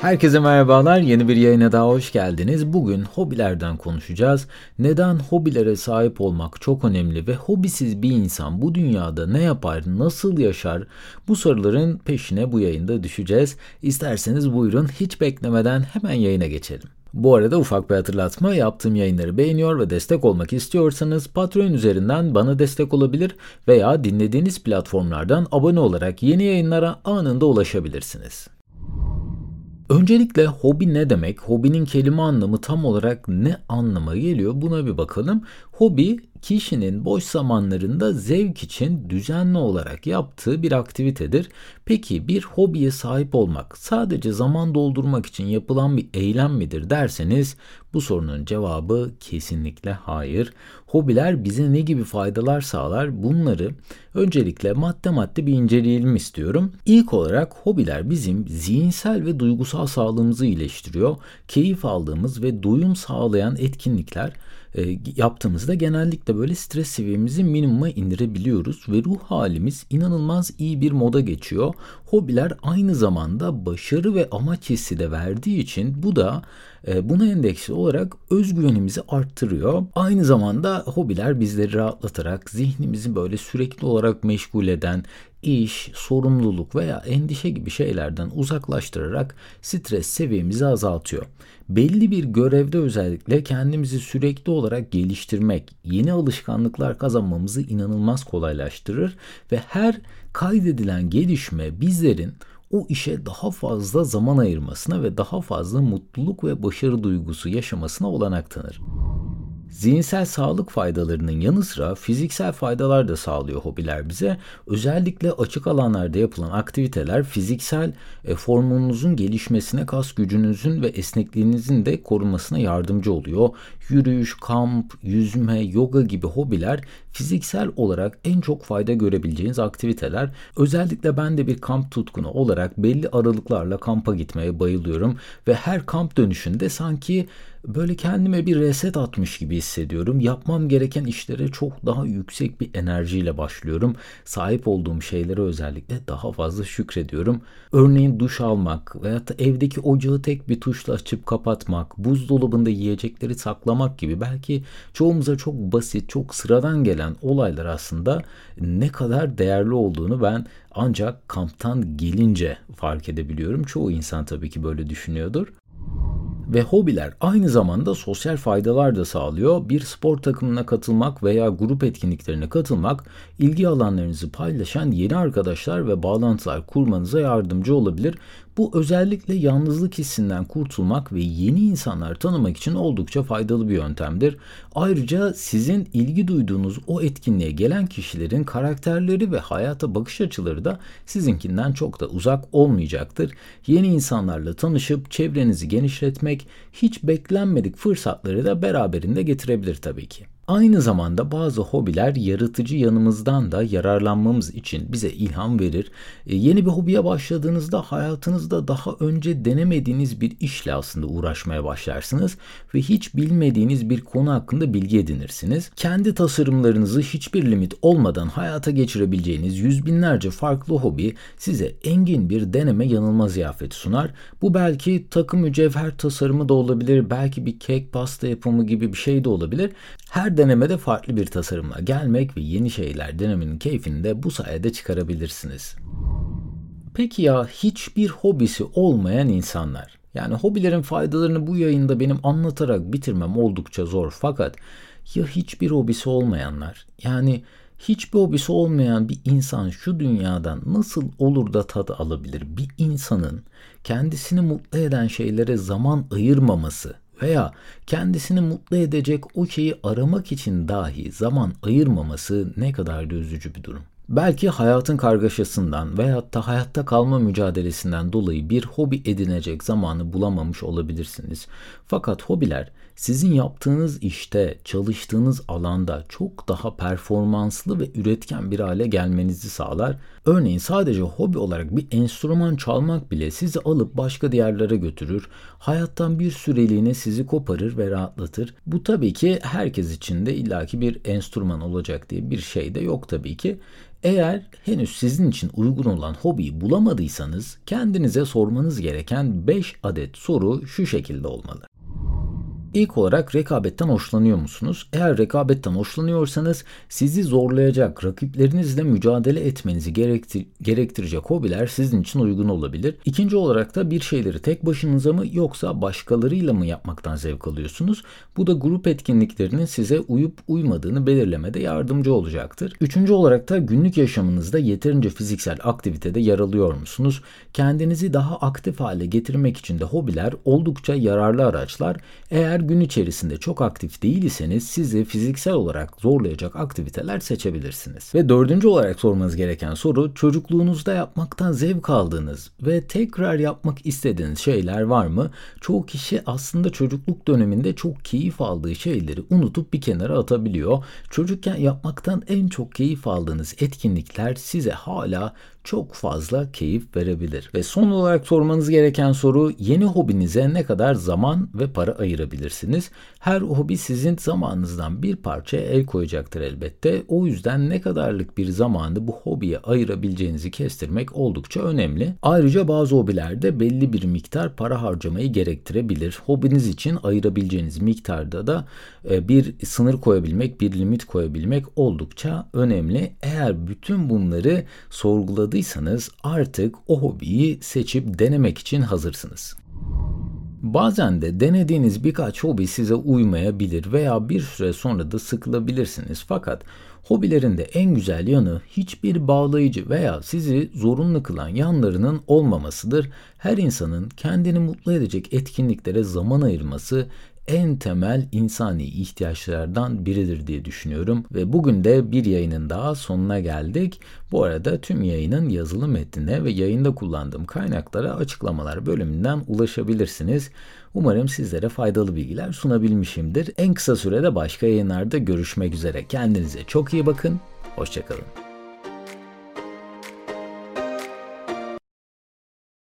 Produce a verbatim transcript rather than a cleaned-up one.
Herkese merhabalar, yeni bir yayına daha hoş geldiniz. Bugün hobilerden konuşacağız. Neden hobilere sahip olmak çok önemli ve hobisiz bir insan bu dünyada ne yapar, nasıl yaşar? Bu soruların peşine bu yayında düşeceğiz. İsterseniz buyurun, hiç beklemeden hemen yayına geçelim. Bu arada ufak bir hatırlatma, yaptığım yayınları beğeniyor ve destek olmak istiyorsanız Patreon üzerinden bana destek olabilir veya dinlediğiniz platformlardan abone olarak yeni yayınlara anında ulaşabilirsiniz. Öncelikle hobi ne demek? Hobinin kelime anlamı tam olarak ne anlama geliyor? Buna bir bakalım. Hobi, kişinin boş zamanlarında zevk için düzenli olarak yaptığı bir aktivitedir. Peki bir hobiye sahip olmak sadece zaman doldurmak için yapılan bir eylem midir derseniz bu sorunun cevabı kesinlikle hayır. Hobiler bize ne gibi faydalar sağlar? Bunları öncelikle madde madde bir inceleyelim istiyorum. İlk olarak hobiler bizim zihinsel ve duygusal sağlığımızı iyileştiriyor. Keyif aldığımız ve doyum sağlayan etkinlikler e, yaptığımızda genellikle böyle stres seviyemizi minimuma indirebiliyoruz ve ruh halimiz inanılmaz iyi bir moda geçiyor. Hobiler aynı zamanda başarı ve amaç hissi de verdiği için bu da e, buna endeksli olarak özgüvenimizi arttırıyor. Aynı zamanda hobiler bizleri rahatlatarak zihnimizi böyle sürekli olarak meşgul eden iş, sorumluluk veya endişe gibi şeylerden uzaklaştırarak stres seviyemizi azaltıyor. Belli bir görevde özellikle kendimizi sürekli olarak geliştirmek, yeni alışkanlıklar kazanmamızı inanılmaz kolaylaştırır ve her kaydedilen gelişme bizlerin o işe daha fazla zaman ayırmasına ve daha fazla mutluluk ve başarı duygusu yaşamasına olanak tanır. Zihinsel sağlık faydalarının yanı sıra fiziksel faydalar da sağlıyor hobiler bize. Özellikle açık alanlarda yapılan aktiviteler fiziksel e, formunuzun gelişmesine, kas gücünüzün ve esnekliğinizin de korunmasına yardımcı oluyor. Yürüyüş, kamp, yüzme, yoga gibi hobiler fiziksel olarak en çok fayda görebileceğiniz aktiviteler. Özellikle ben de bir kamp tutkunu olarak belli aralıklarla kampa gitmeye bayılıyorum ve her kamp dönüşünde sanki böyle kendime bir reset atmış gibi hissediyorum. Yapmam gereken işlere çok daha yüksek bir enerjiyle başlıyorum. Sahip olduğum şeylere özellikle daha fazla şükrediyorum. Örneğin duş almak veya da evdeki ocağı tek bir tuşla açıp kapatmak, buzdolabında yiyecekleri saklamak gibi belki çoğumuza çok basit, çok sıradan gelen olaylar aslında ne kadar değerli olduğunu ben ancak kamptan gelince fark edebiliyorum. Çoğu insan tabii ki böyle düşünüyordur. Ve hobiler aynı zamanda sosyal faydalar da sağlıyor. Bir spor takımına katılmak veya grup etkinliklerine katılmak, ilgi alanlarınızı paylaşan yeni arkadaşlar ve bağlantılar kurmanıza yardımcı olabilir. Bu özellikle yalnızlık hissinden kurtulmak ve yeni insanlar tanımak için oldukça faydalı bir yöntemdir. Ayrıca sizin ilgi duyduğunuz o etkinliğe gelen kişilerin karakterleri ve hayata bakış açıları da sizinkinden çok da uzak olmayacaktır. Yeni insanlarla tanışıp çevrenizi genişletmek hiç beklenmedik fırsatları da beraberinde getirebilir tabii ki. Aynı zamanda bazı hobiler yaratıcı yanımızdan da yararlanmamız için bize ilham verir. E, yeni bir hobiye başladığınızda hayatınızda daha önce denemediğiniz bir işle aslında uğraşmaya başlarsınız ve hiç bilmediğiniz bir konu hakkında bilgi edinirsiniz. Kendi tasarımlarınızı hiçbir limit olmadan hayata geçirebileceğiniz yüz binlerce farklı hobi size engin bir deneme yanılma ziyafeti sunar. Bu belki takı mücevher tasarımı da olabilir, belki bir kek pasta yapımı gibi bir şey de olabilir. Her denemede farklı bir tasarımla gelmek ve yeni şeyler denemenin keyfini de bu sayede çıkarabilirsiniz. Peki ya hiçbir hobisi olmayan insanlar? Yani hobilerin faydalarını bu yayında benim anlatarak bitirmem oldukça zor, fakat ya hiçbir hobisi olmayanlar? Yani hiçbir hobisi olmayan bir insan şu dünyadan nasıl olur da tadı alabilir? Bir insanın kendisini mutlu eden şeylere zaman ayırmaması veya kendisini mutlu edecek o şeyi aramak için dahi zaman ayırmaması ne kadar da üzücü bir durum. Belki hayatın kargaşasından veyahut da hayatta kalma mücadelesinden dolayı bir hobi edinecek zamanı bulamamış olabilirsiniz. Fakat hobiler sizin yaptığınız işte, çalıştığınız alanda çok daha performanslı ve üretken bir hale gelmenizi sağlar. Örneğin sadece hobi olarak bir enstrüman çalmak bile sizi alıp başka diyarlara götürür. Hayattan bir süreliğine sizi koparır ve rahatlatır. Bu tabii ki herkes için de illaki bir enstrüman olacak diye bir şey de yok tabii ki. Eğer henüz sizin için uygun olan hobiyi bulamadıysanız kendinize sormanız gereken beş adet soru şu şekilde olmalı. İlk olarak rekabetten hoşlanıyor musunuz? Eğer rekabetten hoşlanıyorsanız sizi zorlayacak, rakiplerinizle mücadele etmenizi gerektir- gerektirecek hobiler sizin için uygun olabilir. İkinci olarak da bir şeyleri tek başınıza mı yoksa başkalarıyla mı yapmaktan zevk alıyorsunuz? Bu da grup etkinliklerinin size uyup uymadığını belirlemede yardımcı olacaktır. Üçüncü olarak da günlük yaşamınızda yeterince fiziksel aktivitede yer alıyor musunuz? Kendinizi daha aktif hale getirmek için de hobiler oldukça yararlı araçlar. Eğer gün içerisinde çok aktif değil iseniz sizi fiziksel olarak zorlayacak aktiviteler seçebilirsiniz. Ve dördüncü olarak sormanız gereken soru, çocukluğunuzda yapmaktan zevk aldığınız ve tekrar yapmak istediğiniz şeyler var mı? Çoğu kişi aslında çocukluk döneminde çok keyif aldığı şeyleri unutup bir kenara atabiliyor. Çocukken yapmaktan en çok keyif aldığınız etkinlikler size hala çok fazla keyif verebilir. Ve son olarak sormanız gereken soru, yeni hobinize ne kadar zaman ve para ayırabilirsiniz? Her hobi sizin zamanınızdan bir parça el koyacaktır elbette. O yüzden ne kadarlık bir zamanı bu hobiye ayırabileceğinizi kestirmek oldukça önemli. Ayrıca bazı hobilerde belli bir miktar para harcamayı gerektirebilir. Hobiniz için ayırabileceğiniz miktarda da bir sınır koyabilmek, bir limit koyabilmek oldukça önemli. Eğer bütün bunları sorguladıysanız artık o hobiyi seçip denemek için hazırsınız. Bazen de denediğiniz birkaç hobi size uymayabilir veya bir süre sonra da sıkılabilirsiniz. Fakat hobilerin de en güzel yanı hiçbir bağlayıcı veya sizi zorunlu kılan yanlarının olmamasıdır. Her insanın kendini mutlu edecek etkinliklere zaman ayırması en temel insani ihtiyaçlardan biridir diye düşünüyorum. Ve bugün de bir yayının daha sonuna geldik. Bu arada tüm yayının yazılı metnine ve yayında kullandığım kaynaklara açıklamalar bölümünden ulaşabilirsiniz. Umarım sizlere faydalı bilgiler sunabilmişimdir. En kısa sürede başka yayınlarda görüşmek üzere. Kendinize çok iyi bakın. Hoşça kalın.